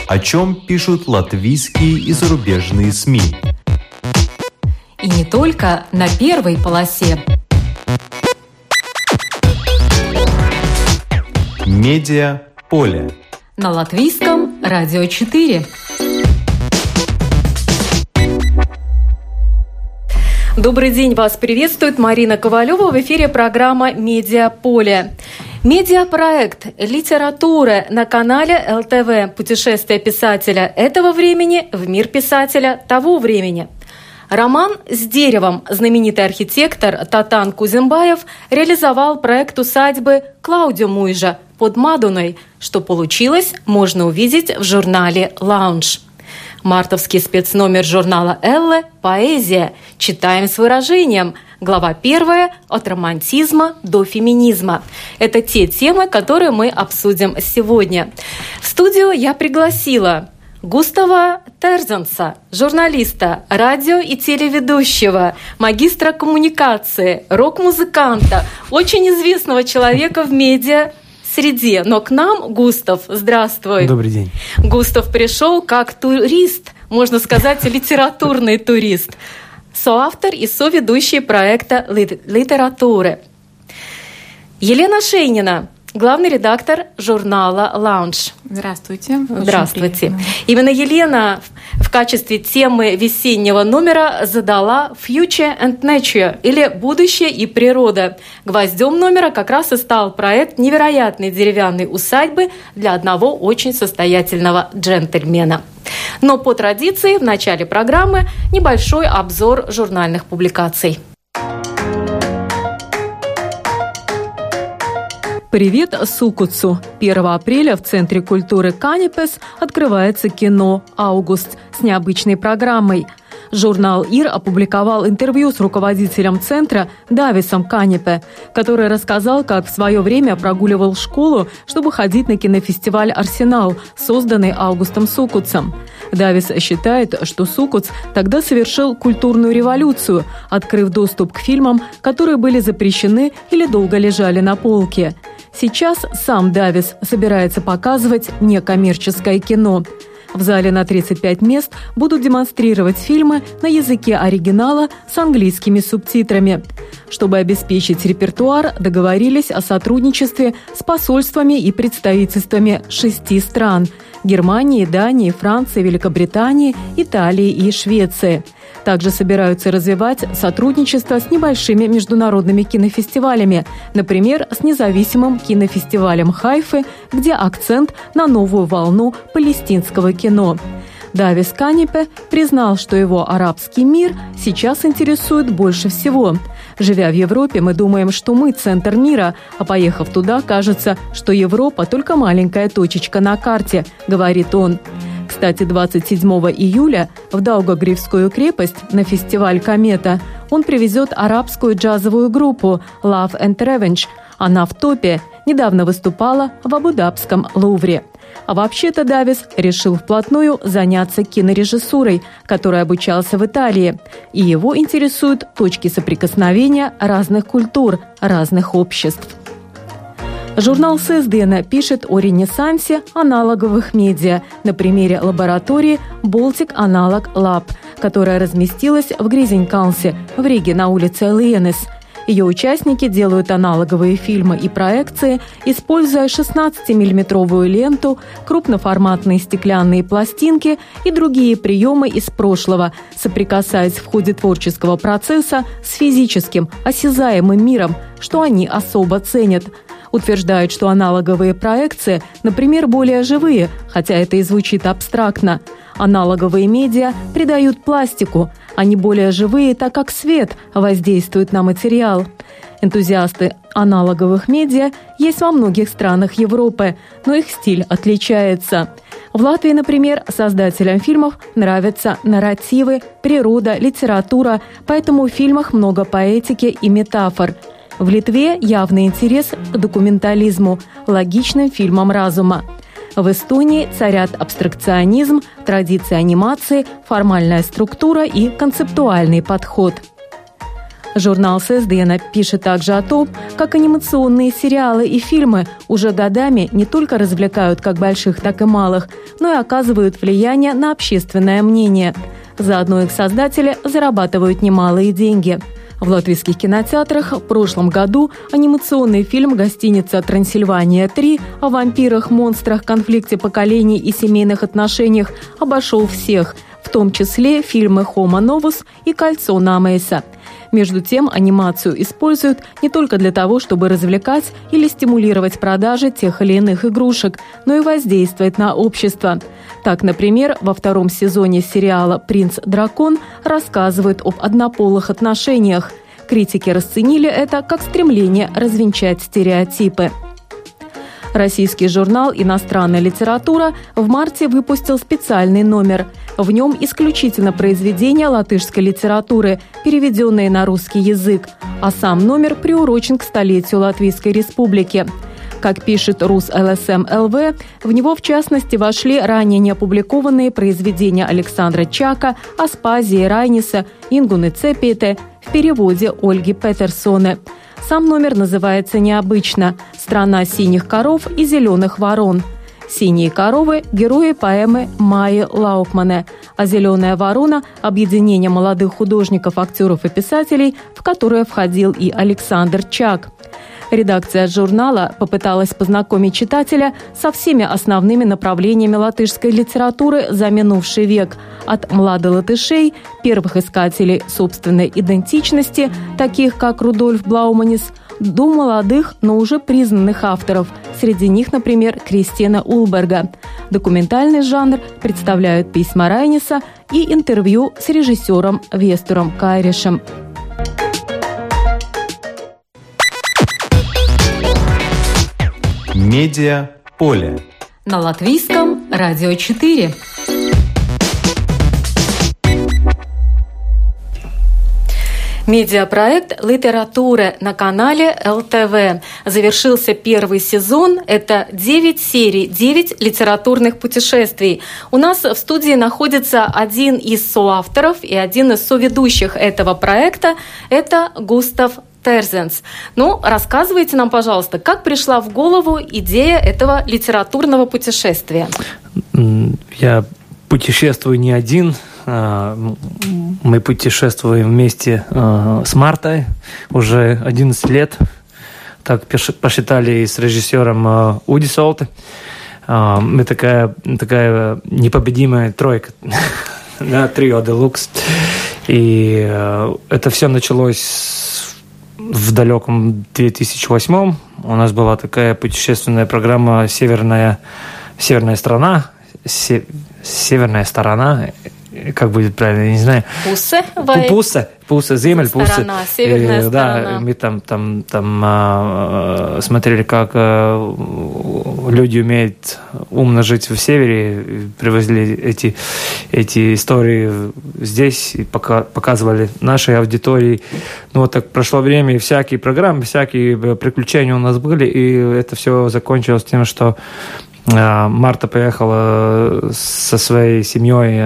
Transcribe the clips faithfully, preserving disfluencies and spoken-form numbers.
О чем пишут латвийские и зарубежные СМИ. И не только на первой полосе. Медиаполе. На Латвийском радио четыре. Добрый день, вас приветствует Марина Ковалева. В эфире программа «Медиаполе». Медиапроект «Литература» на канале эл тэ вэ. Путешествие писателя этого времени в мир писателя того времени. Роман «С деревом» знаменитый архитектор Татан Кузембаев реализовал проект усадьбы Клаудио Муйжа под Мадуной. Что получилось, можно увидеть в журнале «Лаунж». Мартовский спецномер журнала «Элле» «Поэзия». Читаем с выражением. Глава первая «От романтизма до феминизма». Это те темы, которые мы обсудим сегодня. В студию я пригласила Густава Терзенса, журналиста, радио- и телеведущего, магистра коммуникации, рок-музыканта, очень известного человека в медиа среде. Но к нам, Густав, здравствуй. Добрый день. Густав пришел как турист, можно сказать, литературный турист. Соавтор и соведущий проекта «Литературы». Елена Шейнина, главный редактор журнала «Лаунж». Здравствуйте. Здравствуйте. Именно Елена в качестве темы весеннего номера задала «Future and Nature» или «Будущее и природа». Гвоздем номера как раз и стал проект невероятной деревянной усадьбы для одного очень состоятельного джентльмена. Но по традиции в начале программы небольшой обзор журнальных публикаций. Привет Сукутсу! первого апреля в Центре культуры Канипес открывается кино «Аугуст» с необычной программой. Журнал «Ир» опубликовал интервью с руководителем центра Дависом Канипе, который рассказал, как в свое время прогуливал школу, чтобы ходить на кинофестиваль «Арсенал», созданный Аугустом Сукутсом. Давис считает, что Сукутс тогда совершил культурную революцию, открыв доступ к фильмам, которые были запрещены или долго лежали на полке. Сейчас сам Давис собирается показывать некоммерческое кино. В зале на тридцать пять мест будут демонстрировать фильмы на языке оригинала с английскими субтитрами. Чтобы обеспечить репертуар, договорились о сотрудничестве с посольствами и представительствами шести стран – Германии, Дании, Франции, Великобритании, Италии и Швеции. Также собираются развивать сотрудничество с небольшими международными кинофестивалями, например, с независимым кинофестивалем Хайфы, где акцент на новую волну палестинского кино. Давис Канипе признал, что его арабский мир сейчас интересует больше всего. Живя в Европе, мы думаем, что мы центр мира, а поехав туда, кажется, что Европа только маленькая точечка на карте, говорит он. Кстати, двадцать седьмого июля в Даугавгрифскую крепость на фестиваль «Комета» он привезет арабскую джазовую группу «Love and Revenge». Она в топе, недавно выступала в Абу-Дабском Лувре. А вообще-то Давис решил вплотную заняться кинорежиссурой, которой обучался в Италии. И его интересуют точки соприкосновения разных культур, разных обществ. Журнал «Сездена» пишет о ренессансе аналоговых медиа на примере лаборатории Baltic Analog Lab, которая разместилась в Гризенкалсе в Риге на улице Лиенес. Ее участники делают аналоговые фильмы и проекции, используя шестнадцатимиллиметровую ленту, крупноформатные стеклянные пластинки и другие приемы из прошлого, соприкасаясь в ходе творческого процесса с физическим, осязаемым миром, что они особо ценят. Утверждают, что аналоговые проекции, например, более живые, хотя это и звучит абстрактно. Аналоговые медиа придают пластику, они более живые, так как свет воздействует на материал. Энтузиасты аналоговых медиа есть во многих странах Европы, но их стиль отличается. В Латвии, например, создателям фильмов нравятся нарративы, природа, литература, поэтому в фильмах много поэтики и метафор. В Литве явный интерес к документализму, логичным фильмам разума. В Эстонии царят абстракционизм, традиции анимации, формальная структура и концептуальный подход. Журнал «Сесдена» пишет также о том, как анимационные сериалы и фильмы уже годами не только развлекают как больших, так и малых, но и оказывают влияние на общественное мнение. Заодно их создатели зарабатывают немалые деньги. В латвийских кинотеатрах в прошлом году анимационный фильм «Гостиница Трансильвания-три» о вампирах, монстрах, конфликте поколений и семейных отношениях обошел всех, в том числе фильмы «Homo Novus» и «Кольцо Намейса». Между тем, анимацию используют не только для того, чтобы развлекать или стимулировать продажи тех или иных игрушек, но и воздействовать на общество. Так, например, во втором сезоне сериала «Принц-дракон» рассказывают об однополых отношениях. Критики расценили это как стремление развенчать стереотипы. Российский журнал «Иностранная литература» в марте выпустил специальный номер. В нем исключительно произведения латышской литературы, переведенные на русский язык, а сам номер приурочен к столетию Латвийской Республики. Как пишет РусЛСМ.ЛВ, в него в частности вошли ранее неопубликованные произведения Александра Чака, Аспазии Райниса, Ингуны Цепете в переводе Ольги Петерсоне. Сам номер называется необычно «Страна синих коров и зеленых ворон». «Синие коровы» – герои поэмы Майи Лаупмане, а «Зеленая ворона» – объединение молодых художников, актеров и писателей, в которое входил и Александр Чак. Редакция журнала попыталась познакомить читателя со всеми основными направлениями латышской литературы за минувший век – от младолатышей, первых искателей собственной идентичности, таких как Рудольф Блауманис, до молодых, но уже признанных авторов. Среди них, например, Кристина Ульберга. Документальный жанр представляют письма Райниса и интервью с режиссером Вестуром Кайришем. Медиа поле. На латвийском радио четыре. Медиапроект «Литература» на канале эл тэ вэ. Завершился первый сезон. Это девять серий, девять литературных путешествий. У нас в студии находится один из соавторов и один из соведущих этого проекта. Это Густав Терзенс. Ну, рассказывайте нам, пожалуйста, как пришла в голову идея этого литературного путешествия? Я путешествую не один. Мы путешествуем вместе с Мартой уже одиннадцать лет. Так посчитали с режиссером Уди Солте. Мы такая, такая непобедимая тройка. Да, трио Делукс. И это все началось в далеком две тысячи восьмом. У нас была такая путешественная программа «Северная, северная страна». Се, «Северная сторона». Как будет правильно, я не знаю. Пусе? Vai... Пусе, Пусе, земель, Пусе. Сторона, северная и, сторона. Да, мы там, там, там а, смотрели, как а, люди умеют умно жить в севере, привозили эти, эти истории здесь и пока, показывали нашей аудитории. Ну вот так прошло время, и всякие программы, всякие приключения у нас были, и это все закончилось тем, что Марта поехала со своей семьей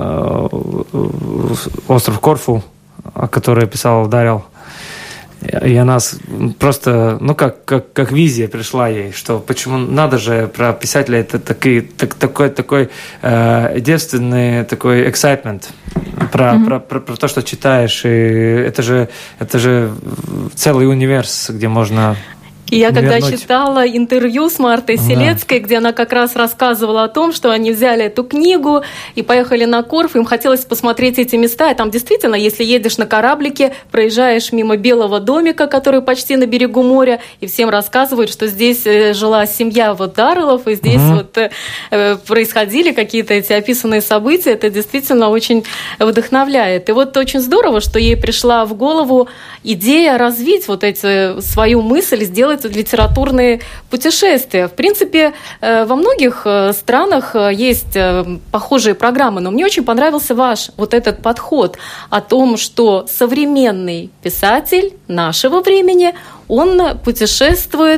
в остров Корфу, о котором писал Дарил. И она просто, ну, как, как, как визия пришла ей, что почему надо же про писателя, это такой, так, такой, такой э, девственный такой excitement про, mm-hmm. про, про, про то, что читаешь. И это же, это же целый универс, где можно... И я когда вернуть. читала интервью с Мартой Селецкой, да. где она как раз рассказывала о том, что они взяли эту книгу и поехали на Корфу, им хотелось посмотреть эти места. И там действительно, если едешь на кораблике, проезжаешь мимо белого домика, который почти на берегу моря, и всем рассказывают, что здесь жила семья вот Дарреллов, и здесь угу. вот э, происходили какие-то эти описанные события. Это действительно очень вдохновляет. И вот очень здорово, что ей пришла в голову идея развить вот эти, свою мысль, сделать литературные путешествия. В принципе, во многих странах есть похожие программы, но мне очень понравился ваш вот этот подход о том, что современный писатель нашего времени, он путешествует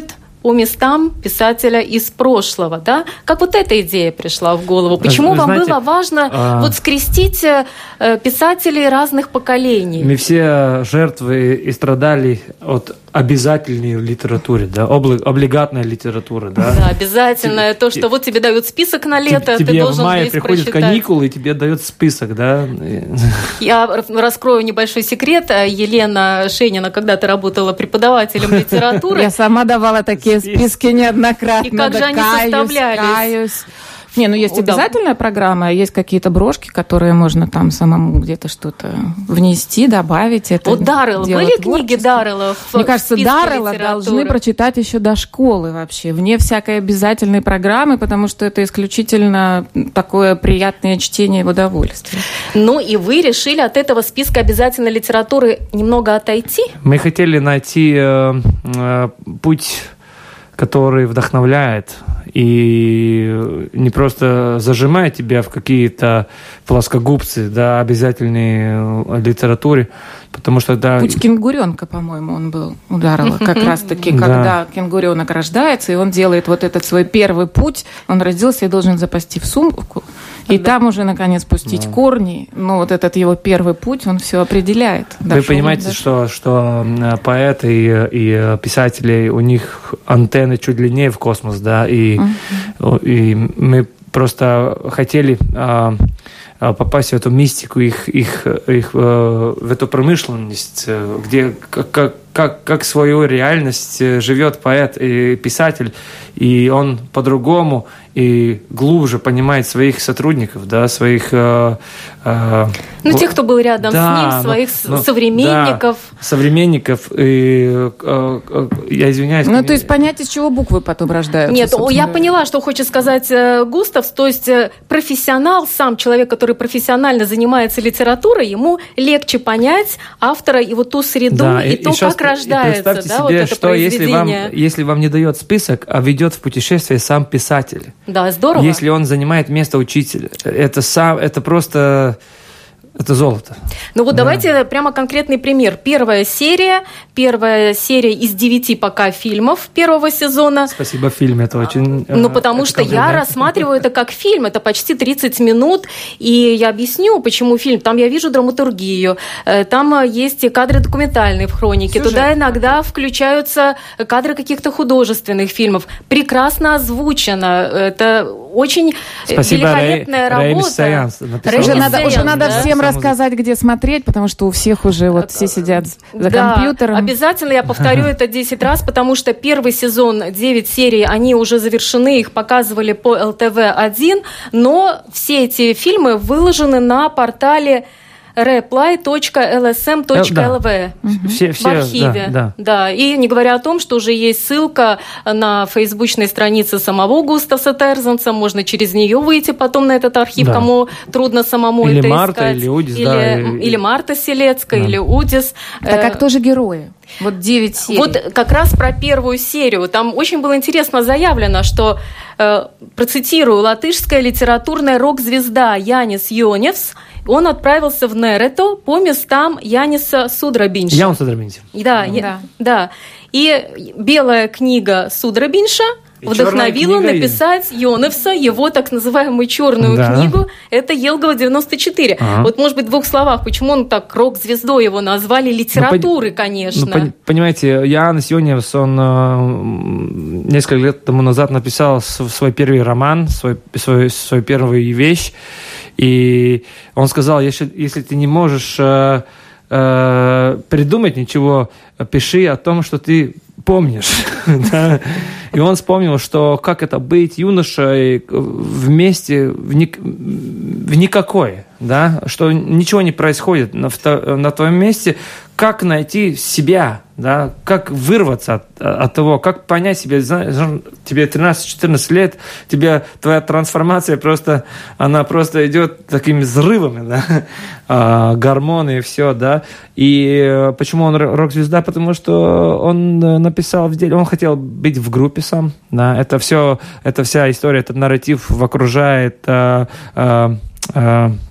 по местам писателя из прошлого, да? Как вот эта идея пришла в голову? Почему Вы вам знаете, было важно а... вот скрестить писателей разных поколений? Мы все жертвы и страдали от обязательной литературы, да, Обли- облигатной литературы, да. Да, обязательно. То, что вот тебе дают список на лето, тебе ты должен в мае здесь приходят прочитать. каникулы, и тебе дают список, да. Я раскрою небольшой секрет. Елена Шейнина когда-то работала преподавателем литературы. Я сама давала такие списки неоднократно. И как же они составлялись? Каюсь. Не, ну есть обязательная программа, есть какие-то брошки, которые можно там самому где-то что-то внести, добавить. Это вот Даррелл, были книги Даррелла? Мне кажется, Даррелла должны прочитать еще до школы вообще, вне всякой обязательной программы, потому что это исключительно такое приятное чтение в удовольствие. Ну и вы решили от этого списка обязательной литературы немного отойти? Мы хотели найти э, э, путь, который вдохновляет и не просто зажимает тебя в какие-то плоскогубцы, да, обязательной литературе, потому что... Да, путь кенгуренка, по-моему, он был у Даррелла, как раз-таки, когда кенгуренок рождается, и он делает вот этот свой первый путь, он родился и должен запасти в сумку, и да. там уже, наконец, пустить да. корни. Но вот этот его первый путь, он все определяет. Вы дошел, понимаете, что, что поэты и, и писатели, у них антенны чуть длиннее в космос, да, и, uh-huh. и мы просто хотели а, попасть в эту мистику, их, их, их, в эту промышленность, где как, как, как свою реальность живет поэт и писатель, и он по-другому и глубже понимает своих сотрудников, да, своих... Э, э, ну, тех, кто был рядом да, с ним, своих ну, современников. Да, современников. И, э, э, я извиняюсь. Ну, то есть понять, из чего буквы потом рождаются. Нет, я поняла, что хочет сказать Густав. То есть профессионал, сам человек, который профессионально занимается литературой, ему легче понять автора и вот ту среду, да, и, и то, и как рождается, представьте да, себе, вот это что если вам, если вам не дает список, а ведет в путешествие сам писатель. Да, здорово. Если он занимает место учителя, это сам, это просто, это золото. Ну вот да. давайте прямо конкретный пример. Первая серия, первая серия из девяти пока фильмов первого сезона. Спасибо, фильм, это очень... Ну потому что я рассматриваю это как фильм, это почти тридцать минут, и я объясню, почему фильм. Там я вижу драматургию, там есть кадры документальные в хронике, сюжет. Туда иногда включаются кадры каких-то художественных фильмов. Прекрасно озвучено, это очень Спасибо, великолепная Рэй, работа. Рэй уже надо, уже надо да? всем рассказать, где смотреть, потому что у всех уже вот все сидят за да, компьютером. Обязательно я повторю это десять раз, потому что первый сезон, девять серий, они уже завершены, их показывали по эл тэ вэ один, но все эти фильмы выложены на портале реплай точка эл эс эм точка эл ви угу. все, все, в архиве. Да, да. Да, и не говоря о том, что уже есть ссылка на фейсбучной странице самого Густавса Терзенса, можно через нее выйти потом на этот архив, да. кому трудно самому или это Марта, искать. Или Удис, или, да, или Марта Селецкая, да. или Удис. Так как тоже герои? Вот девять серий. Вот как раз про первую серию. Там очень было интересно заявлено, что, э, процитирую, латышская литературная рок-звезда Янис Йоневс, он отправился в Нерето по местам Яниса Судрабинша. Янис Судрабинша. Да, ну, я, да. да. И белая книга Судрабинша и вдохновила написать Йоневса его так называемую черную да. книгу. Это Елгова девяносто четыре. Ага. Вот, может быть, в двух словах, почему он так рок-звездой его назвали, литературы, ну, конечно. Ну, понимаете, Янис Йоневс, он э, несколько лет тому назад написал свой первый роман, свой, свой, свой первую вещь, и он сказал, если, если ты не можешь э, э, придумать ничего, пиши о том, что ты помнишь. да? И он вспомнил, что как это быть юношей вместе в, ник- в никакой, да? Что ничего не происходит на, на твоем месте. Как найти себя, да? Как вырваться от, от того, как понять себя. Знаешь, тебе тринадцать-четырнадцать лет, тебе твоя трансформация просто, она просто идет такими взрывами, да? а, гормоны и все, да. И почему он рок-звезда? Потому что он написал в деле, он хотел быть в группе сам, да. Это все, это вся история, этот нарратив окружает а, а, а,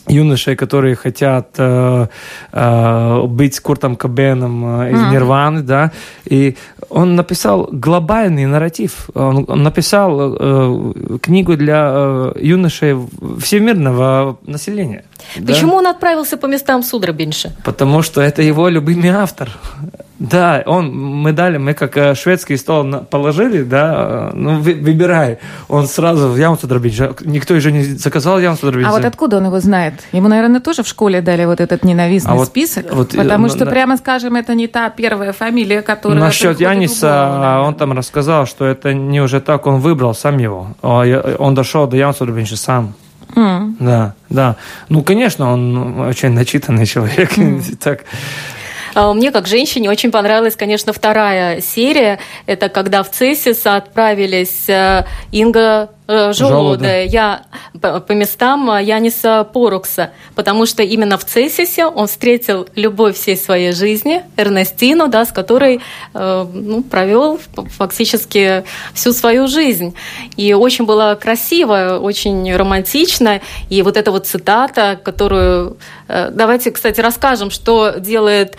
юношей, которые хотят э, э, быть Куртом Кобейном э, из mm. Нирваны, да, и он написал глобальный нарратив, он, он написал э, книгу для э, юношей всемирного населения. Почему да? он отправился по местам Судробинша? Потому что это его любимый автор. Да, он, мы дали, мы как шведский стол положили, да, ну, вы, выбирай. Он сразу в Яун Судробинш. Никто же не заказал Яун Судробинш. А вот откуда он его знает? Ему, наверное, тоже в школе дали вот этот ненавистный а список, вот, потому вот, что, на, прямо скажем, это не та первая фамилия, которая... Насчет Яниса, он там рассказал, что это не уже так, он выбрал сам его. Он дошел до Яун Судробинша сам. Mm. Да, да. Ну, конечно, он очень начитанный человек. Mm. Так... Мне, как женщине, очень понравилась, конечно, вторая серия. Это когда в Цесис отправились Инга Жолоде, я по местам Яниса Порукса, потому что именно в Цесисе он встретил любовь всей своей жизни, Эрнестину, да, с которой ну, провел фактически всю свою жизнь. И очень было красиво, очень романтично. И вот эта вот цитата, которую... Давайте, кстати, расскажем, что делает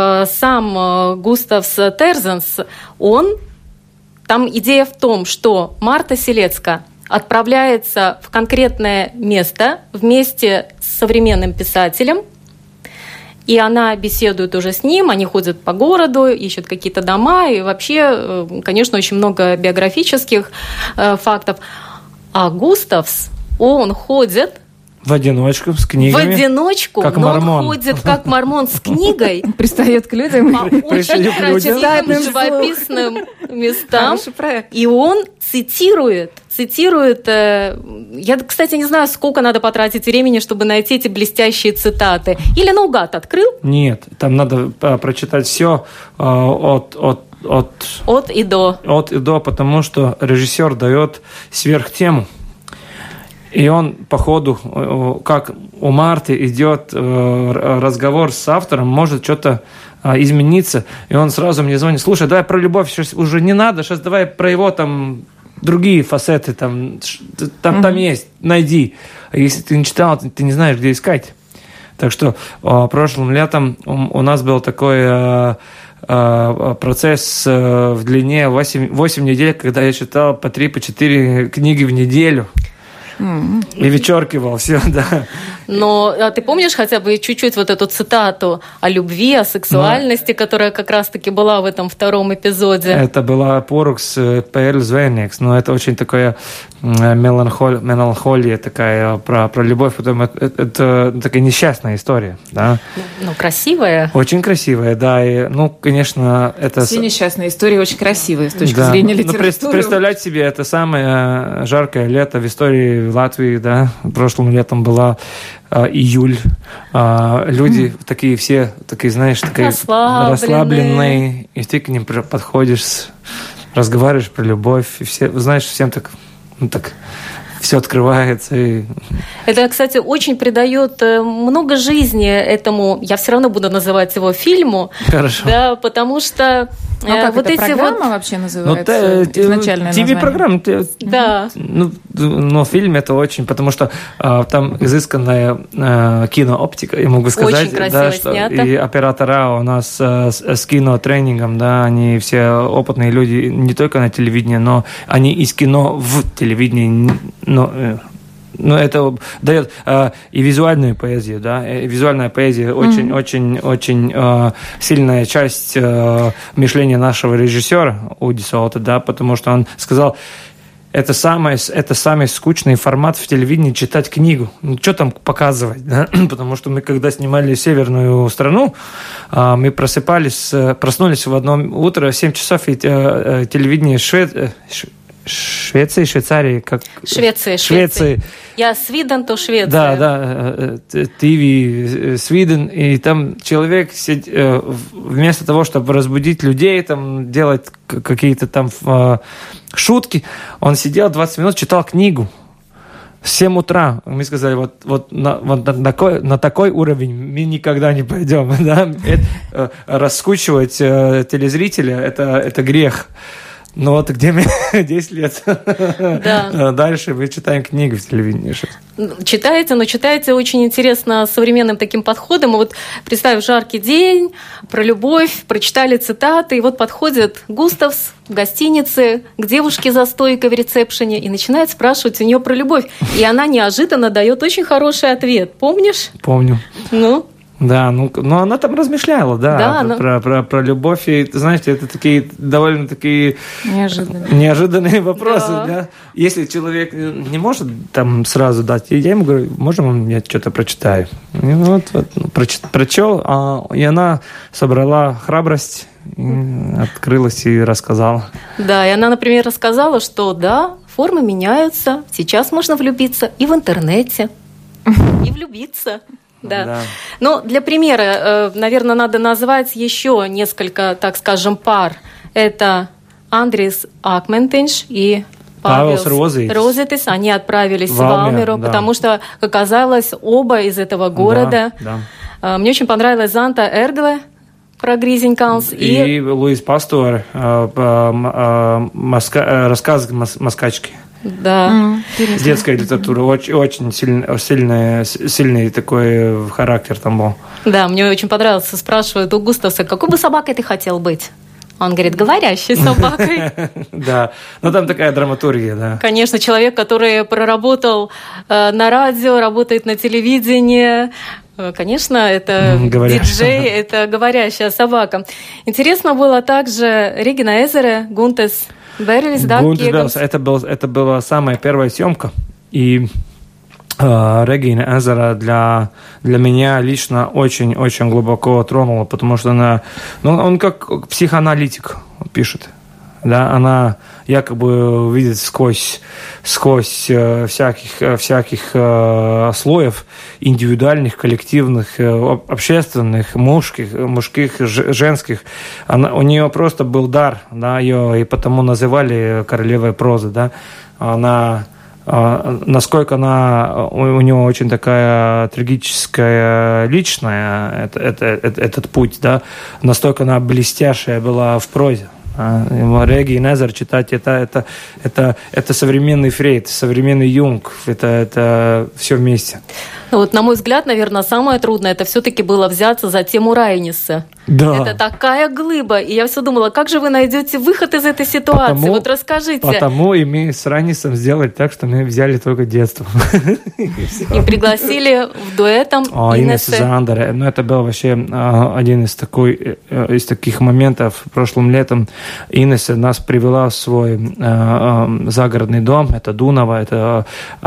сам Густавс Терзенс. Он... Там идея в том, что Марта Селецка отправляется в конкретное место вместе с современным писателем, и она беседует уже с ним, они ходят по городу, ищут какие-то дома, и вообще, конечно, очень много биографических э, фактов. А Густавс, он ходит... В одиночку, с книгами. В одиночку, как но мормон. Он ходит как мормон с книгой. Пристает к людям. По очень красивым, живописным местам. И он цитирует, цитирует... Я, кстати, не знаю, сколько надо потратить времени, чтобы найти эти блестящие цитаты. Или наугад открыл? Нет, там надо прочитать все от... от От, от и до. От и до, потому что режиссер дает сверхтему. И он, по ходу, как у Марты идет разговор с автором, может что-то измениться. И он сразу мне звонит: слушай, давай про любовь сейчас уже не надо, сейчас давай про его там другие фасеты, там, там, mm-hmm. там есть, найди. А если ты не читал, ты не знаешь, где искать. Так что прошлым летом у нас был такой... процесс в длине восемь, восемь недель, когда я читал по три, по четыре книги в неделю. Mm-hmm. И вечеркивал все, да. Но а ты помнишь хотя бы чуть-чуть вот эту цитату о любви, о сексуальности, Но... которая как раз-таки была в этом втором эпизоде? Это была Порукс Пэль Звенникс, но это очень такая меланхолия, меланхолия такая про, про любовь. Потом это, это такая несчастная история, да. Ну, красивая. Очень красивая, да. И, ну, конечно, это... Все несчастные истории очень красивые с точки да. зрения литературы. Ну, представлять себе, это самое жаркое лето в истории Латвии, да. Прошлым летом была а, июль. А, люди mm. такие все, такие, знаешь, такие расслабленные. расслабленные. И ты к ним подходишь, разговариваешь про любовь. И все, знаешь, всем так, ну, так все открывается. И... Это, кстати, очень придает много жизни этому, я все равно буду называть его фильму. Хорошо. Да, потому что... А как вот эта эти программа вот... вообще называется? Ну, те, изначальное ти ви-программа. Да. Ну, но фильм это очень, потому что а, там изысканная а, кинооптика, я могу сказать. Очень красиво да, что снято. И оператора у нас а, с, с кинотренингом, да, они все опытные люди не только на телевидении, но они из кино в телевидении, но... Ну, это дает э, и визуальную поэзию, да, и визуальная поэзия очень, mm-hmm. очень, очень э, сильная часть э, мышления нашего режиссера Уди Солта, да, потому что он сказал, это самый, это самый скучный формат в телевидении читать книгу. Ну, что там показывать, да? Потому что мы, когда снимали «Северную страну», э, мы просыпались, э, проснулись в одно утро, в семь часов, и э, телевидение Швед... Э, Швеции, Швейцарии, как... Швеции, Швеции. Я Свиден, то Швеция. Да, да, ТВ Свиден, и там человек вместо того, чтобы разбудить людей, там делать какие-то там шутки, он сидел двадцать минут, читал книгу. В семь утра мы сказали, вот, вот, на, вот на, такой, на такой уровень мы никогда не пойдем. Да? Это, раскучивать телезрителя, это, это грех. Ну вот где мы десять лет. Да. Дальше мы читаем книги в телевидении. Читаете, но читаете очень интересно современным таким подходом. И вот представив жаркий день, про любовь, прочитали цитаты, и вот подходит Густавс в гостинице к девушке за стойкой в ресепшене и начинает спрашивать у нее про любовь. И она неожиданно дает очень хороший ответ. Помнишь? Помню. Ну? Да, ну, ну она там размышляла, да, да про, она... про, про, про любовь. И, знаете, это такие довольно такие неожиданные, неожиданные вопросы. Да. Да? Если человек не может там сразу дать, я ему говорю, можно мне что-то прочитаю? И вот, вот проч, прочел, а, и она собрала храбрость, открылась и рассказала. Да, и она, например, рассказала, что да, формы меняются, сейчас можно влюбиться и в интернете, и влюбиться. Да. Да. Но для примера, наверное, надо назвать еще несколько, так скажем, пар. Это Андрис Акментинш и Павел Розетис. Они отправились в, в Алмеру, да. Потому что, как оказалось, оба из этого города. Да, да. Мне очень понравилась Занта Эргле про Гризенкалс. И, и Луис Пастор, рассказы «Москачки». Да. Mm, детская литература, очень, очень сильный, сильный, сильный такой характер там был. Да, мне очень понравился. Спрашивают у Густавса, какой бы собакой ты хотел быть? Он говорит, говорящей собакой. Да, ну там такая драматургия, да. Конечно, человек, который проработал на радио, работает на телевидении, конечно, это диджей, это говорящая собака. Интересно было также Регина Эзере, Гунтес Берилис, да? Гунтес, это, был, это была самая первая съемка, и э, Регина Эзера для, для меня лично очень-очень глубоко тронула, потому что она, ну, он как психоаналитик пишет. Да, она якобы видит сквозь, сквозь э, всяких, э, всяких э, слоев индивидуальных, коллективных, э, общественных, мужских, мужских, женских. Она, у нее просто был дар, да, ее и потому называли королевой прозы. Да. Она, э, насколько она, у, у нее очень такая трагическая личная это, это, это, этот путь, да, настолько она блестящая была в прозе. Регина Эзер читать это, это, это, это современный Фрейд, современный Юнг, это, это все вместе. Ну, вот, на мой взгляд, наверное, самое трудное это все-таки было взяться за тему Райниса. Да. Это такая глыба. И я все думала, как же вы найдете выход из этой ситуации? Потому, вот расскажите. Потому и мы с Райнисом сделали так, что мы взяли только детство. И пригласили в дуэтом Инессе Зандере. Ну, это был вообще один из, такой, из таких моментов прошлым летом. Инессе нас привела в свой загородный дом. Это Дунава, это,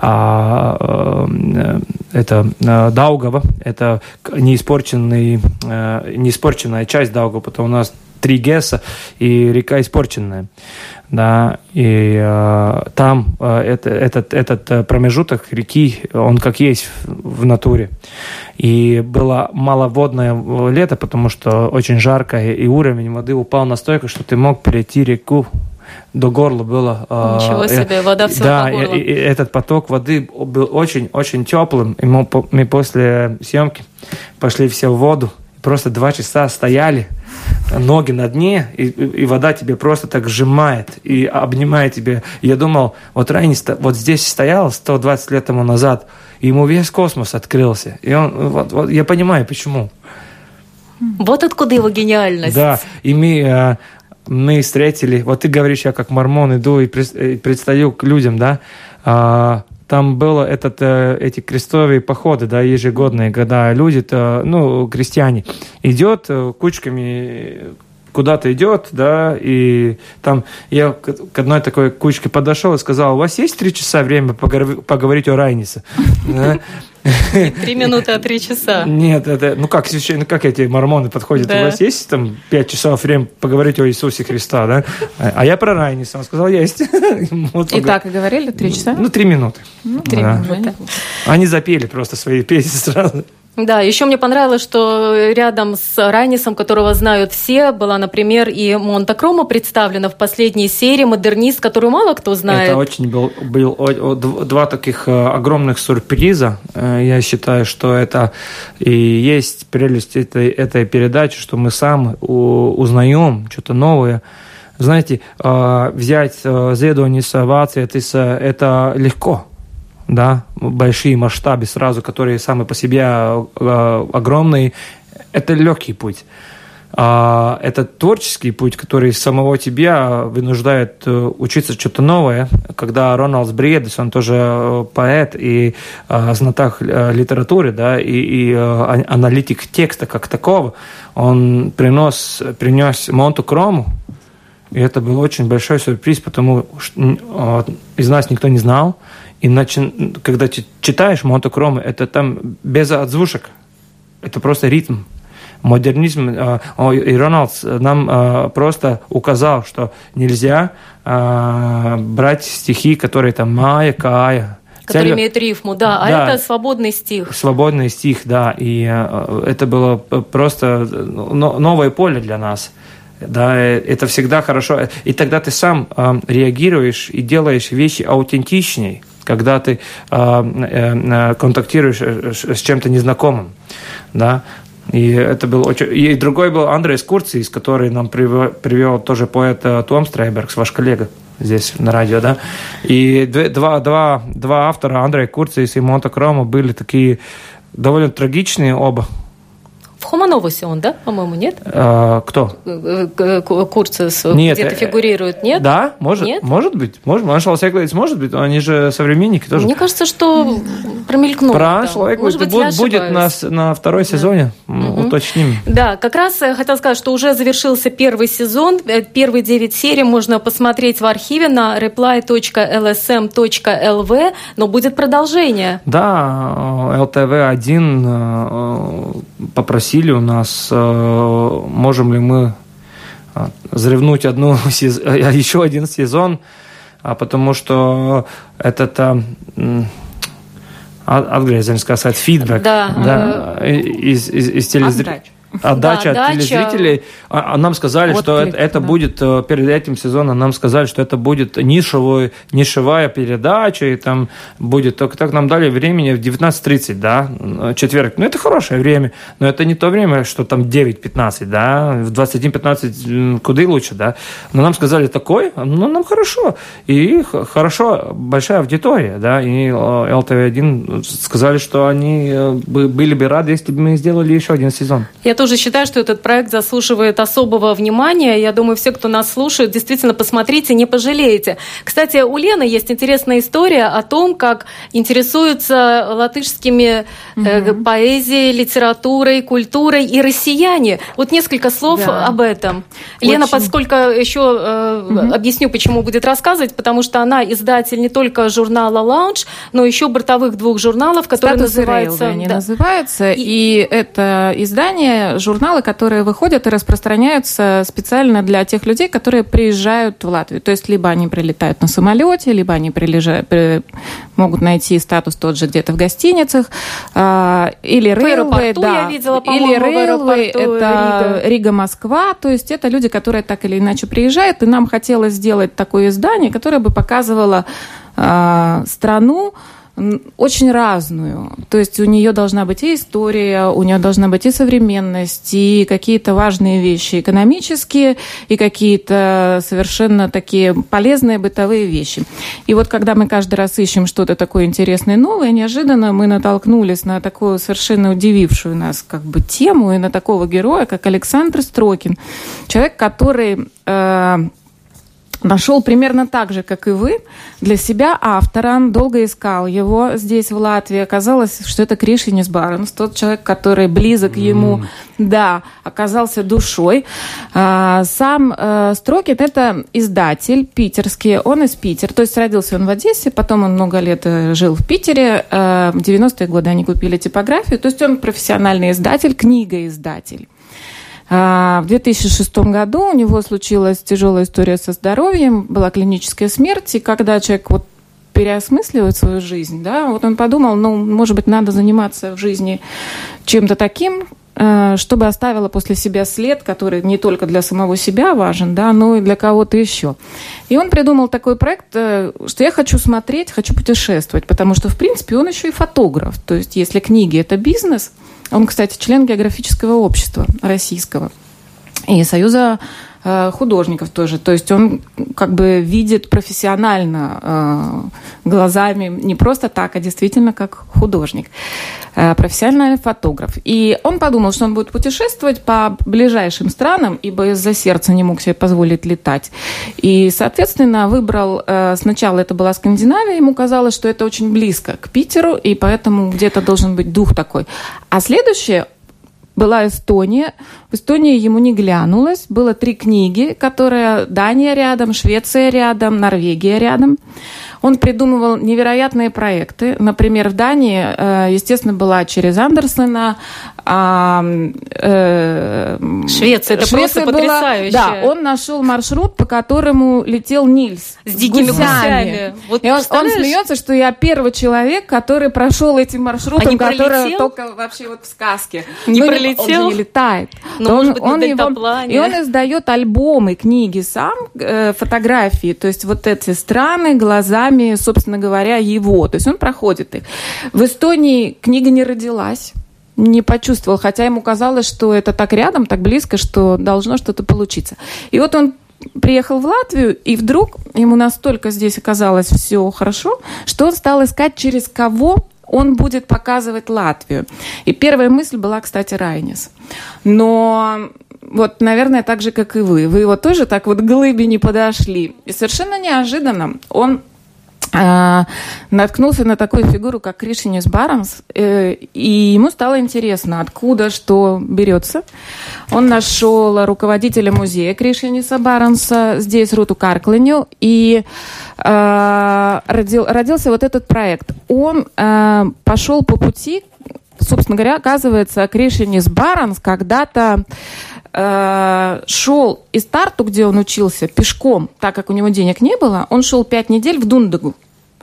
это Даугава. Это неиспорченный, неиспорченная часть Даугава, потому что у нас три ГЭСа и река испорченная. Да, и э, там э, это, этот, этот промежуток реки, он как есть в, в натуре. И было маловодное лето, потому что очень жарко, и уровень воды упал настолько, что ты мог перейти реку. До горла было. Ничего себе, э, вода всего да, по горло. И, и этот поток воды был очень-очень теплым. И мы, мы после съемки пошли все в воду. Просто два часа стояли, ноги на дне, и, и вода тебе просто так сжимает и обнимает тебя. Я думал, вот Райнис вот здесь стоял сто двадцать лет тому назад, и ему весь космос открылся. И он, вот, вот, я понимаю, почему. Вот откуда его гениальность. Да, и мы, мы встретили, вот ты говоришь, я как мормон иду и предстаю к людям, да, там было этот, эти крестовые походы, да, ежегодные, когда люди-то, ну, крестьяне, идет кучками, куда-то идет, да, и там я к одной такой кучке подошел и сказал, у вас есть три часа время поговорить о Райнисе? Три минуты, а три часа. Нет, это, ну как, ну как эти мормоны подходят, да. У вас есть там пять часов время поговорить о Иисусе Христа, да? А я про Райниса, он сказал, есть. Вот, и так и говорили, три часа? Ну, три минуты. Ну, три да. минуты. Они запели просто свои песни сразу. Да, еще мне понравилось, что рядом с Райнисом, которого знают все, была, например, и Монте Кромо представлена в последней серии, модернист, которую мало кто знает. Это очень был, был два таких огромных сюрприза. Я считаю, что это и есть прелесть этой, этой передачи, что мы сами узнаем что-то новое. знаете, взять Зiedonis Vācietis – это легко, да, большие масштабы сразу, которые сами по себе огромные, это легкий путь. А это творческий путь, который самого тебя вынуждает учиться что-то новое. Когда Рональдс Бриедис, он тоже поэт и а, знаток литературы, да, и, и а, аналитик текста как такого, он принес, принес Монту Крому, и это был очень большой сюрприз, потому что а, из нас никто не знал. И начи... когда читаешь Монту Крому, это там без отзвучек, это просто ритм. Модернизм, и Рональдс нам просто указал, что нельзя брать стихи, которые там «Майя», «Кая». Которые Цель... имеют рифму, да, а да, это свободный стих. Свободный стих, да, и это было просто новое поле для нас. Да, это всегда хорошо. И тогда ты сам реагируешь и делаешь вещи аутентичней, когда ты контактируешь с чем-то незнакомым, да. И это был очень... И другой был Андрейс Курцис, который нам привел, привел тоже поэт Том Стрейбергс, ваш коллега здесь на радио, да. И два, два, два автора, Андрей Курцис и Монта Крома, были такие довольно трагичные оба. В Хомоновусе он, да, по-моему, нет? А, кто? Курцис нет, где-то фигурирует, нет? Да, может, нет? может быть. Может, Маншал Секлейц, может быть, они же современники тоже. Мне кажется, что промелькнул. Маншал Секлейц будет, будет на, на второй сезоне, да. Угу. Уточним. Да, как раз хотел сказать, что уже завершился первый сезон, первые девять серий можно посмотреть в архиве на reply точка эл эс эм точка эл ви, но будет продолжение. Да, эл тэ вэ один попросил у нас, можем ли мы взрывнуть одну, еще один сезон, потому что это отгрезен, сказать, фидбэк, да. Да, из, из, из телезрителей. Отдача да, от телезрителей. А нам сказали, Отклик, что это, это да. будет перед этим сезоном, нам сказали, что это будет нишевой, нишевая передача, и там будет только так нам дали времени в девятнадцать тридцать, да, четверг. Ну, это хорошее время, но это не то время, что там девять пятнадцать, да, в двадцать один пятнадцать куда лучше, да. Но нам сказали такое, ну, нам хорошо. И хорошо, большая аудитория, да, и эл тэ вэ один сказали, что они были бы рады, если бы мы сделали еще один сезон. Я тоже считаю, что этот проект заслуживает особого внимания. Я думаю, все, кто нас слушает, действительно посмотрите, не пожалеете. Кстати, у Лены есть интересная история о том, как интересуются латышскими э, поэзией, литературой, культурой и россияне. Вот несколько слов да. об этом. Очень. Лена, поскольку еще э, угу. объясню, почему будет рассказывать, потому что она издатель не только журнала «Лаунж», но еще бортовых двух журналов, которые «Статус называются... Они да. называются, и... и это издание журналы, которые выходят и распространяются специально для тех людей, которые приезжают в Латвию. То есть либо они прилетают на самолете, либо они прилежа... при... могут найти статус тот же где-то в гостиницах, или рейлвей, да, я видела, или рейлвей, это Рига-Москва, то есть это люди, которые так или иначе приезжают, и нам хотелось сделать такое издание, которое бы показывало э, страну очень разную. То есть у нее должна быть и история, у нее должна быть и современность, и какие-то важные вещи экономические, и какие-то совершенно такие полезные бытовые вещи. И вот когда мы каждый раз ищем что-то такое интересное, новое, неожиданно мы натолкнулись на такую совершенно удивившую нас как бы тему и на такого героя, как Александр Строкин. Человек, который... Э, нашел примерно так же, как и вы, для себя автора, долго искал его здесь, в Латвии. Оказалось, что это Кришинис Баронс, тот человек, который близок mm. ему, да, оказался душой. Сам Строкин – это издатель питерский, он из Питера, то есть родился он в Одессе, потом он много лет жил в Питере, в девяностые годы они купили типографию, то есть он профессиональный издатель, книгоиздатель. В две тысячи шестом году у него случилась тяжелая история со здоровьем, была клиническая смерть, и когда человек вот переосмысливает свою жизнь, да, вот он подумал, ну, может быть, надо заниматься в жизни чем-то таким, чтобы оставило после себя след, который не только для самого себя важен, да, но и для кого-то еще. И он придумал такой проект, что я хочу смотреть, хочу путешествовать, потому что, в принципе, он еще и фотограф. То есть, если книги – это бизнес, он, кстати, член географического общества российского и Союза художников тоже. То есть он как бы видит профессионально, глазами, не просто так, а действительно как художник, профессиональный фотограф. И он подумал, что он будет путешествовать по ближайшим странам, ибо из-за сердца не мог себе позволить летать. И, соответственно, выбрал, сначала это была Скандинавия, ему казалось, что это очень близко к Питеру, и поэтому где-то должен быть дух такой. А следующее была Эстония. В Эстонии ему не глянулось. Было три книги, которые Дания рядом, Швеция рядом, Норвегия рядом. Он придумывал невероятные проекты. Например, в Дании, естественно, была через Андерсена. А, э, Швеция, это Швеция просто была, потрясающе. Да, он нашел маршрут, по которому летел Нильс. С дикими гусями. Вот, и он, он смеется, что я первый человек, который прошел этим маршрутом, а который только вообще вот в сказке. Не ну, пролетел? Он же не летает. Ну, он, может быть, он на его, дельтаплане. И он издает альбомы, книги сам, э, фотографии. То есть вот эти страны глазами, собственно говоря, его. То есть он проходит их. В Эстонии книга не родилась. Не почувствовал, хотя ему казалось, что это так рядом, так близко, что должно что-то получиться. И вот он приехал в Латвию, и вдруг ему настолько здесь оказалось все хорошо, что он стал искать, через кого он будет показывать Латвию. И первая мысль была, кстати, Райнис. Но вот, наверное, так же, как и вы. Вы его тоже так вот к глыбе не подошли. И совершенно неожиданно он наткнулся на такую фигуру, как Кришинис Баранс, и ему стало интересно, откуда что берется. Он нашел руководителя музея Кришиниса Баранса здесь, Руту Карклиню, и родил, родился вот этот проект. Он пошел по пути, собственно говоря, оказывается, Кришинис Баранс когда-то шел из Тарту, где он учился, пешком, так как у него денег не было, он шел пять недель в Дундагу.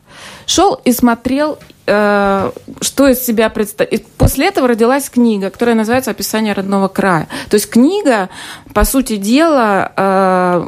Шел и смотрел, э, что из себя представляет. После этого родилась книга, которая называется «Описание родного края». То есть книга, по сути дела, э,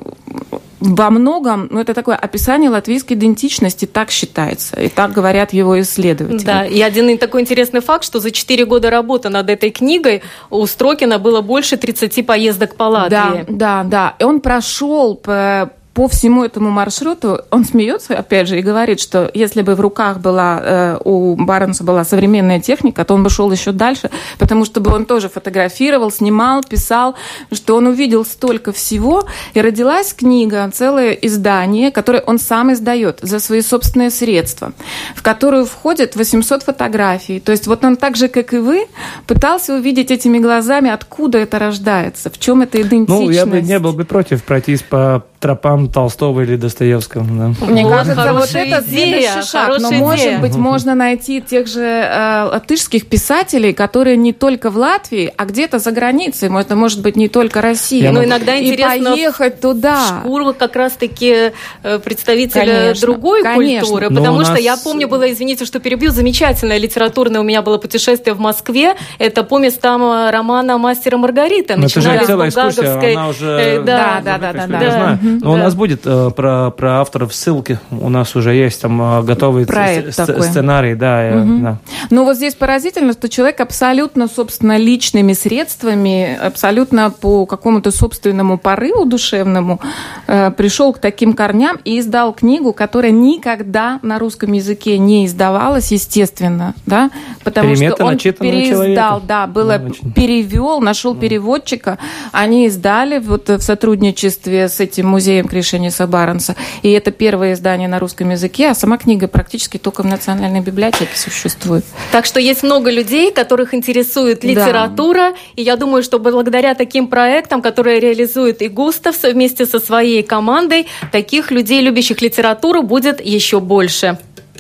во многом, ну, это такое описание латвийской идентичности, так считается, и так говорят его исследователи. Да, и один такой интересный факт, что за четыре года работы над этой книгой у Строкина было больше тридцати поездок по Латвии. Да, да, да. И он прошел по по всему этому маршруту. Он смеется, опять же, и говорит, что если бы в руках была, э, у Баранса была современная техника, то он бы шел еще дальше, потому что бы он тоже фотографировал, снимал, писал, что он увидел столько всего, и родилась книга, целое издание, которое он сам издает за свои собственные средства, в которую входит восемьсот фотографий. То есть вот он так же, как и вы, пытался увидеть этими глазами, откуда это рождается, в чем эта идентичность. Ну, я бы не был бы против пройтись по тропам Толстого или Достоевского. Да. Мне вот кажется, вот это идея, следующий шаг. Но, может идея. быть, можно найти тех же э, латышских писателей, которые не только в Латвии, а где-то за границей. Это может быть не только Россия. Но иногда и интересно поехать туда. В шкуру как раз-таки представителя конечно, другой конечно. культуры. Но Потому что нас... я помню, было, извините, что перебью, замечательное литературное у меня было путешествие в Москве. Это по местам романа «Мастер и Маргарита». Но это же Начинали целая с Булгаковской... она уже... Э, да, да, да, да, да. Я знаю. Да. Но у Да. нас будет э, про, про авторов ссылки. У нас уже есть там э, готовый Проект ц- такой. сценарий. Да, э, Угу. да. Но вот здесь поразительно, что человек абсолютно, собственно, личными средствами, абсолютно по какому-то собственному порыву душевному э, пришел к таким корням и издал книгу, которая никогда на русском языке не издавалась, естественно, да, потому Примета что он начитанного переиздал, человека. да, было, Да, очень. перевел, нашел переводчика, они издали вот в сотрудничестве с этим музеем Кришиниса Баранса, и это первое издание на русском языке, а сама книга практически только в Национальной библиотеке существует. Так что есть много людей, которых интересует литература, да. И я думаю, что благодаря таким проектам, которые реализует и Густав вместе со своей командой, таких людей, любящих литературу, будет еще больше.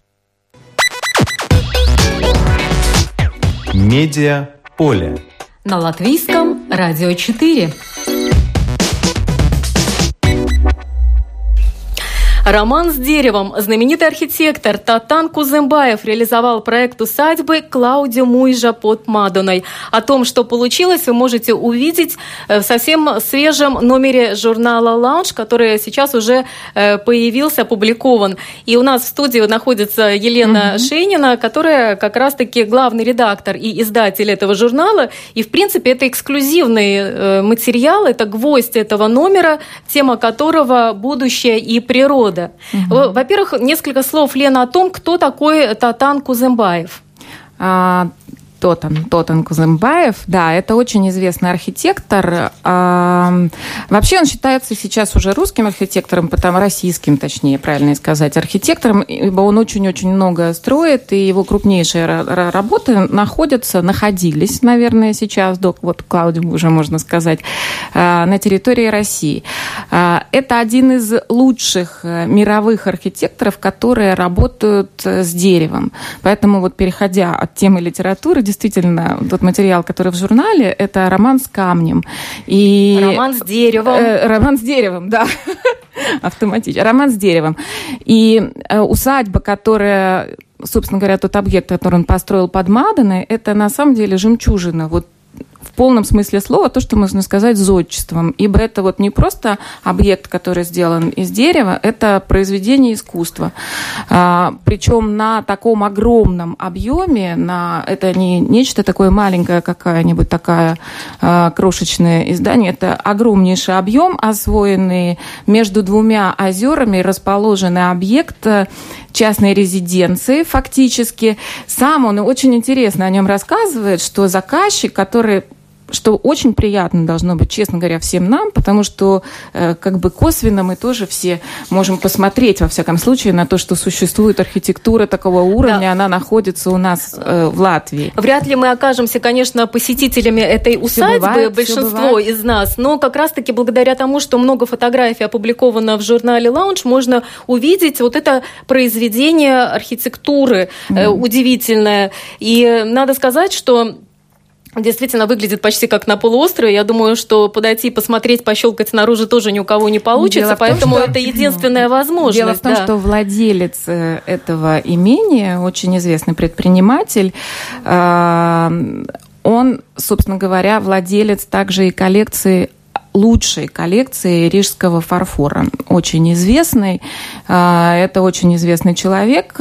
Медиаполе. На Латвийском радио четыре. Роман с деревом. Знаменитый архитектор Татан Кузембаев реализовал проект усадьбы Клаудио Муйжа под Мадоной. О том, что получилось, вы можете увидеть в совсем свежем номере журнала «Лаунж», который сейчас уже появился, опубликован. И у нас в студии находится Елена mm-hmm. Шейнина, которая как раз-таки главный редактор и издатель этого журнала. И, в принципе, это эксклюзивный материал, это гвоздь этого номера, тема которого «Будущее и природа». Mm-hmm. Во-первых, несколько слов, Лена, о том, кто такой Татан Кузембаев. А... Тотан, Тотан Кузембаев, да, это очень известный архитектор. А, вообще он считается сейчас уже русским архитектором, потому российским, точнее, правильно сказать, архитектором, ибо он очень-очень много строит, и его крупнейшие работы находятся, находились, наверное, сейчас, до вот Клаудио уже можно сказать, на территории России. Это один из лучших мировых архитекторов, которые работают с деревом. Поэтому вот переходя от темы литературы, действительно, тот материал, который в журнале, это роман с камнем. И... Роман с деревом. Э, роман с деревом, да. Автоматически. Роман с деревом. И э, усадьба, которая, собственно говоря, тот объект, который он построил под Мадоной, это на самом деле жемчужина. Вот в полном смысле слова то, что можно сказать зодчеством. Ибо это вот не просто объект, который сделан из дерева, это произведение искусства. А, причем на таком огромном объеме, на, это не нечто такое маленькое, какая-нибудь такая а, крошечное издание, это огромнейший объем, освоенный между двумя озерами, расположенный объект частной резиденции фактически. Сам он очень интересно о нем рассказывает, что заказчик, который... что очень приятно должно быть, честно говоря, всем нам, потому что э, как бы косвенно мы тоже все можем посмотреть, во всяком случае, на то, что существует архитектура такого уровня, да. Она находится у нас э, в Латвии. Вряд ли мы окажемся, конечно, посетителями этой усадьбы, бывает, большинство из нас, но как раз-таки благодаря тому, что много фотографий опубликовано в журнале «Лаунж», можно увидеть вот это произведение архитектуры mm. э, удивительное. И надо сказать, что действительно выглядит почти как на полуострове. Я думаю, что подойти, посмотреть, пощелкать снаружи тоже ни у кого не получится, поэтому том, что... это единственная возможность. Дело в том, да. что владелец этого имения, очень известный предприниматель, он, собственно говоря, владелец также и коллекции лучшей коллекции рижского фарфора, очень известный. Это очень известный человек,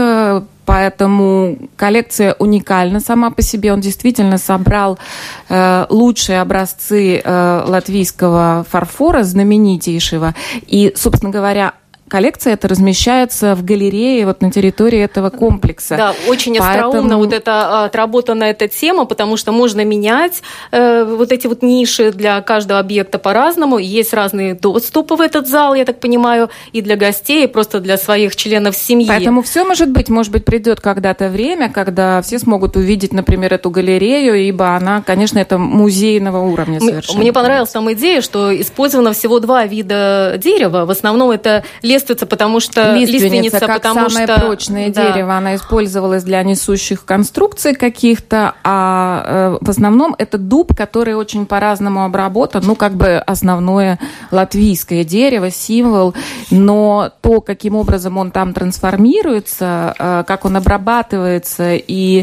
поэтому коллекция уникальна сама по себе. Он действительно собрал э, лучшие образцы э, латвийского фарфора, знаменитейшего. И, собственно говоря, коллекция эта размещается в галерее вот на территории этого комплекса. Да, очень остроумно Поэтому... вот это отработана эта тема, потому что можно менять э, вот эти вот ниши для каждого объекта по-разному. Есть разные доступы в этот зал, я так понимаю, и для гостей, и просто для своих членов семьи. Поэтому все может быть. Может быть, придет когда-то время, когда все смогут увидеть, например, эту галерею, ибо она, конечно, это музейного уровня совершенно. Мне понравилась там идея, что использовано всего два вида дерева. В основном это лес потому что лиственница, лиственница как потому самое что, прочное да. дерево, она использовалась для несущих конструкций каких-то, а э, в основном это дуб, который очень по-разному обработан, ну, как бы основное латвийское дерево, символ, но то, каким образом он там трансформируется, э, как он обрабатывается, и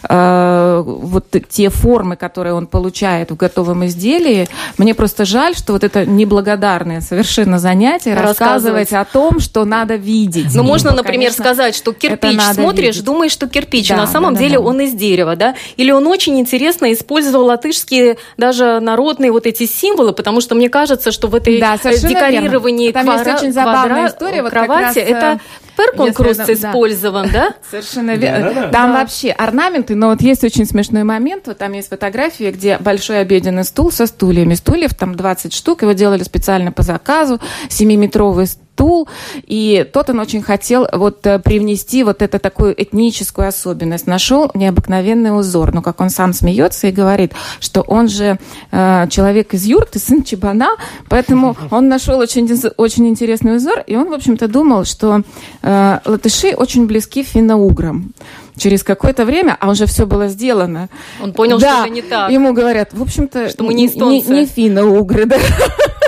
э, вот те формы, которые он получает в готовом изделии, мне просто жаль, что вот это неблагодарное совершенно занятие рассказывать о том, что надо видеть. Ну, можно, например, конечно, сказать, что кирпич смотришь, видеть. Думаешь, что кирпич, да, на самом да, деле да, да. он из дерева, да? Или он очень интересно использовал латышские даже народные вот эти символы, потому что мне кажется, что в этой да, декорировании Там квадра... есть очень забавная история, вот кровати, как раз, это перконкруст использован, да? Совершенно верно. Там вообще орнаменты, но вот есть очень смешной момент, вот там есть фотография, где большой обеденный стул со стульями, стульев там двадцать штук, его делали специально по заказу, семиметровый стул, и тот он очень хотел вот привнести вот эту такую этническую особенность. Нашел необыкновенный узор, но как он сам смеется и говорит, что он же э, человек из юрты, сын чебана, поэтому он нашел очень, очень интересный узор, и он, в общем-то, думал, что э, латыши очень близки финно-уграм. Через какое-то время, а уже все было сделано. Он понял, да, что это не так. Ему говорят, в общем-то, что мы не эстонцы. Не, не финно-угры, да.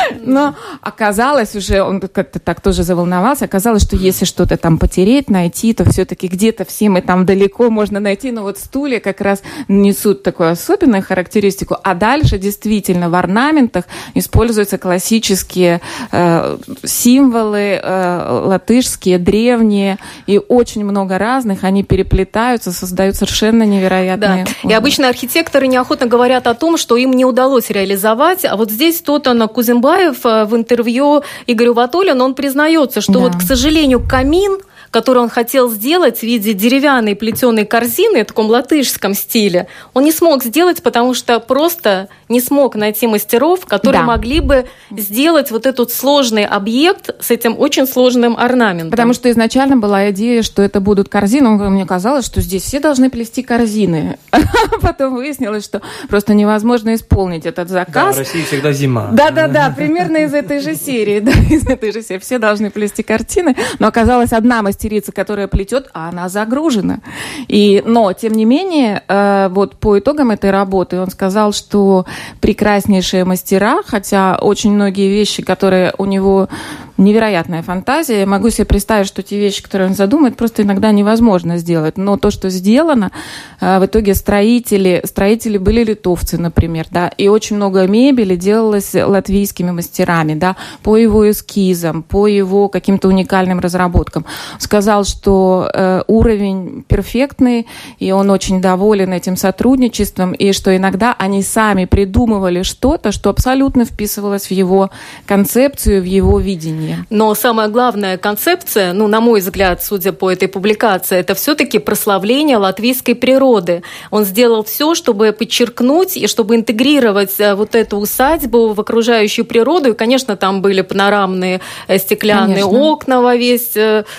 Но оказалось уже, он как-то так тоже заволновался, оказалось, что если что-то там потереть, найти, то все-таки где-то все мы там далеко можно найти, но вот стулья как раз несут такую особенную характеристику, а дальше действительно в орнаментах используются классические э, символы, э, латышские, древние, и очень много разных, они переплетаются, создают совершенно невероятные... Да. И обычно архитекторы неохотно говорят о том, что им не удалось реализовать, а вот здесь Тотан Кузембаев в интервью Игорю Ватолину, он признается, что да. вот, к сожалению, камин, который он хотел сделать в виде деревянной плетеной корзины в таком латышском стиле, он не смог сделать, потому что просто не смог найти мастеров, которые да. могли бы сделать вот этот сложный объект с этим очень сложным орнаментом. Потому что изначально была идея, что это будут корзины. Мне казалось, что здесь все должны плести корзины. Потом выяснилось, что просто невозможно исполнить этот заказ. Да, в России всегда зима. Да-да-да, примерно из этой же серии. Да, из этой же серии. Все должны плести картины, но оказалась одна мастерица, которая плетет, а она загружена. И, но, тем не менее, э, вот по итогам этой работы он сказал, что прекраснейшие мастера, хотя очень многие вещи, которые у него невероятная фантазия, я могу себе представить, что те вещи, которые он задумает, просто иногда невозможно сделать. Но то, что сделано, э, в итоге строители, строители были литовцы, например, да, и очень много мебели делалось латвийскими мастерами, да, по его эскизам, по его каким-то уникальным разработкам. Сказал, что э, уровень перфектный, и он очень доволен этим сотрудничеством, и что иногда они сами придумывали что-то, что абсолютно вписывалось в его концепцию, в его видение. Но самая главная концепция, ну, на мой взгляд, судя по этой публикации, это все-таки прославление латвийской природы. Он сделал все, чтобы подчеркнуть и чтобы интегрировать вот эту усадьбу в окружающую природу. И, конечно, там были панорамные стеклянные конечно. окна во весь...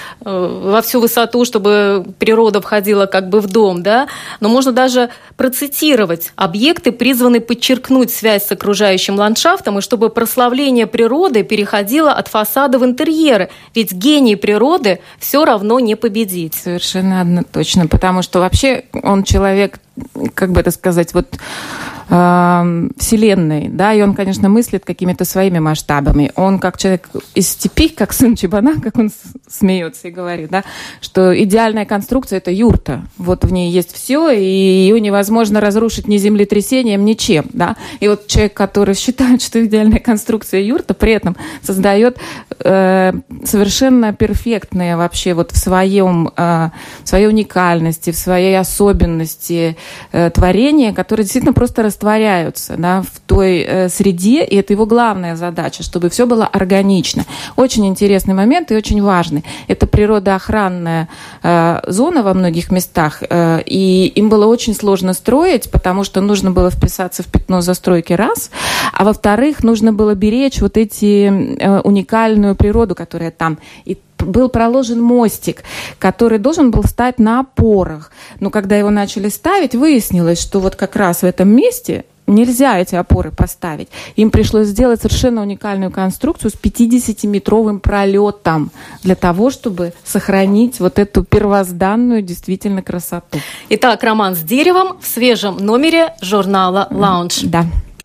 во всю высоту, чтобы природа входила как бы в дом, да, но можно даже процитировать. Объекты призваны подчеркнуть связь с окружающим ландшафтом и чтобы прославление природы переходило от фасада в интерьеры, ведь гений природы все равно не победить. Совершенно одно точно, потому что вообще он человек, как бы это сказать, вот э, вселенной, да, и он, конечно, мыслит какими-то своими масштабами. Он как человек из степи, как сын Чебана, как он смеется и говорит, да, что идеальная конструкция – это юрта. Вот в ней есть все, и ее невозможно разрушить ни землетрясением, ничем, да. И вот человек, который считает, что идеальная конструкция юрта, при этом создает э, совершенно перфектные вообще вот в своем, э, в своей уникальности, в своей особенности э, творения, которые действительно просто растворяются, да, в той э, среде, и это его главная задача, чтобы все было органично. Очень интересный момент и очень важный. Это природоохранная э, зона во многих местах, э, и им было очень сложно строить, потому что нужно было вписаться в пятно застройки раз, а во-вторых, нужно было беречь вот эти э, уникальную природу, которая там. И был проложен мостик, который должен был стать на опорах. Но когда его начали ставить, выяснилось, что вот как раз в этом месте нельзя эти опоры поставить. Им пришлось сделать совершенно уникальную конструкцию с пятидесятиметровым пролетом для того, чтобы сохранить вот эту первозданную действительно красоту. Итак, роман с деревом в свежем номере журнала «Лаунж». Да.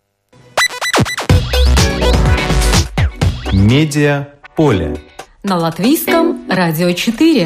Медиаполе. На Латвийском радио четыре.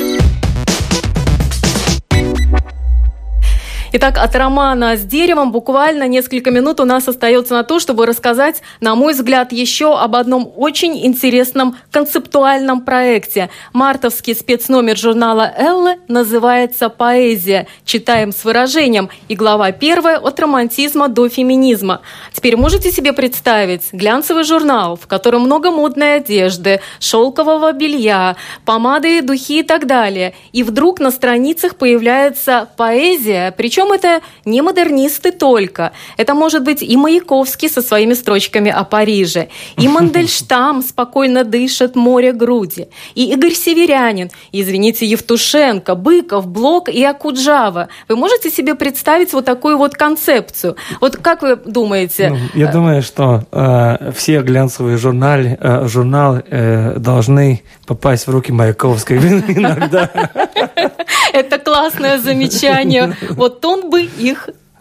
Итак, от романа «С деревом» буквально несколько минут у нас остается на то, чтобы рассказать, на мой взгляд, еще об одном очень интересном концептуальном проекте. Мартовский спецномер журнала «Элле» называется «Поэзия. Читаем с выражением». И глава первая «От романтизма до феминизма». Теперь можете себе представить глянцевый журнал, в котором много модной одежды, шелкового белья, помады, духи и так далее. И вдруг на страницах появляется поэзия, причем это не модернисты только. Это может быть и Маяковский со своими строчками о Париже, и Мандельштам «Спокойно дышит море груди», и Игорь Северянин, и, извините, Евтушенко, Быков, Блок и Акуджава. Вы можете себе представить вот такую вот концепцию? Вот как вы думаете? Ну, я думаю, что э, все глянцевые журналы, э, журналы э, должны попасть в руки Маяковской иногда. Это классное замечание. Вот он бы их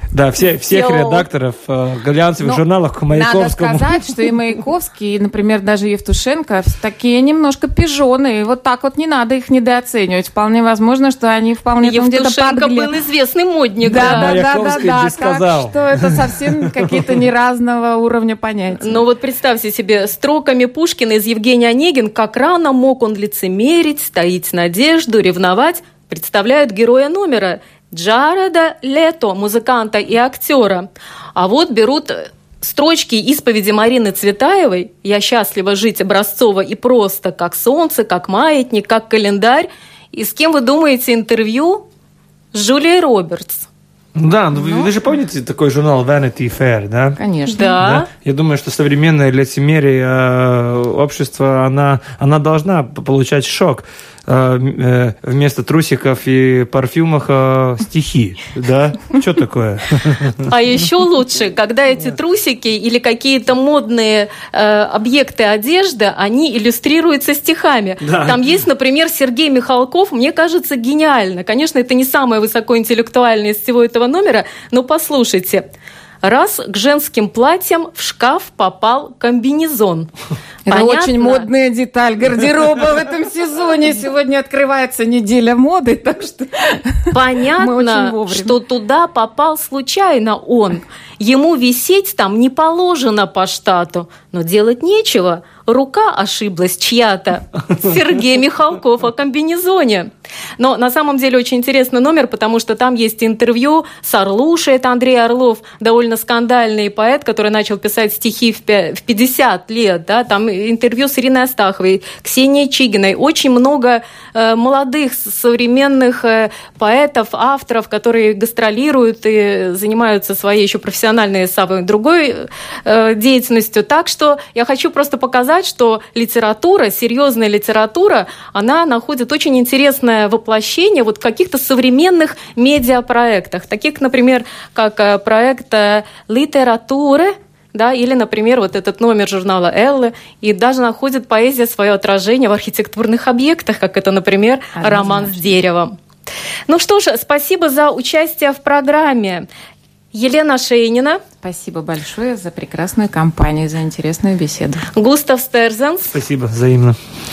Да, все, всех Все. редакторов э, глянцевых Но журналов к Маяковскому. Надо сказать, что и Маяковский, и, например, даже Евтушенко такие немножко пижоны. И вот так вот не надо их недооценивать. Вполне возможно, что они вполне там где-то Евтушенко подгли. был известный модник. Да, да, да, да, Маяковский да. не сказал. Так что это совсем какие-то не разного уровня понятия. Но вот представьте себе, строками Пушкина из Евгения Онегин, как рано мог он лицемерить, таить надежду, ревновать, представляют героя номера Джареда Лето, музыканта и актера. А вот берут строчки исповеди Марины Цветаевой «Я счастлива жить образцово и просто, как солнце, как маятник, как календарь». И с кем, вы думаете, интервью? С Джулией Робертс. Да, ну, вы, вы же помните такой журнал Vanity Fair, да? Конечно. Да. Я думаю, что современное лицемерие э, общества, она, она должна получать шок. Э, э, вместо трусиков и парфюмов э, стихи, да? Что такое? А еще лучше, когда эти трусики или какие-то модные э, объекты одежды, они иллюстрируются стихами. Да. Там есть, например, Сергей Михалков, мне кажется, гениально. Конечно, это не самое высокоинтеллектуальное из всего этого номера, но послушайте. Раз к женским платьям в шкаф попал комбинезон. Это Понятно? очень модная деталь гардероба в этом сезоне. Сегодня открывается неделя моды, так что мы очень Понятно, вовремя. что туда попал случайно он. Ему висеть там не положено по штату, но делать нечего. Рука ошиблась чья-то. Сергей Михалков о комбинезоне. Но на самом деле очень интересный номер, потому что там есть интервью с Орлушей, это Андрей Орлов, довольно скандальный поэт, который начал писать стихи в пятьдесят лет. Да? Там интервью с Ириной Астаховой, Ксенией Чигиной. Очень много э, молодых современных э, поэтов, авторов, которые гастролируют и занимаются своей еще профессиональной самой другой э, деятельностью. Так что я хочу просто показать, что литература, серьезная литература, она находит очень интересное воплощение вот в каких-то современных медиапроектах, таких, например, как проект «Литература», да, или, например, вот этот номер журнала «Эллы», и даже находит поэзия свое отражение в архитектурных объектах, как это, например, роман с деревом. Ну что ж, спасибо за участие в программе. Елена Шейнина. Спасибо большое за прекрасную компанию, за интересную беседу. Густав Стерзенс. Спасибо, взаимно.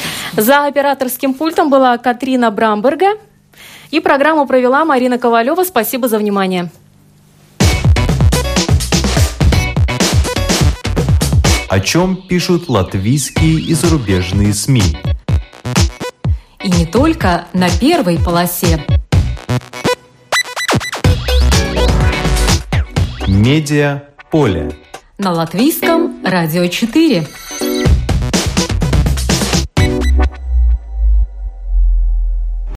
За операторским пультом была Катрина Брамберга. И программу провела Марина Ковалева. Спасибо за внимание. О чем пишут латвийские и зарубежные СМИ? И не только на первой полосе. Медиа поле. На Латвийском радио четыре.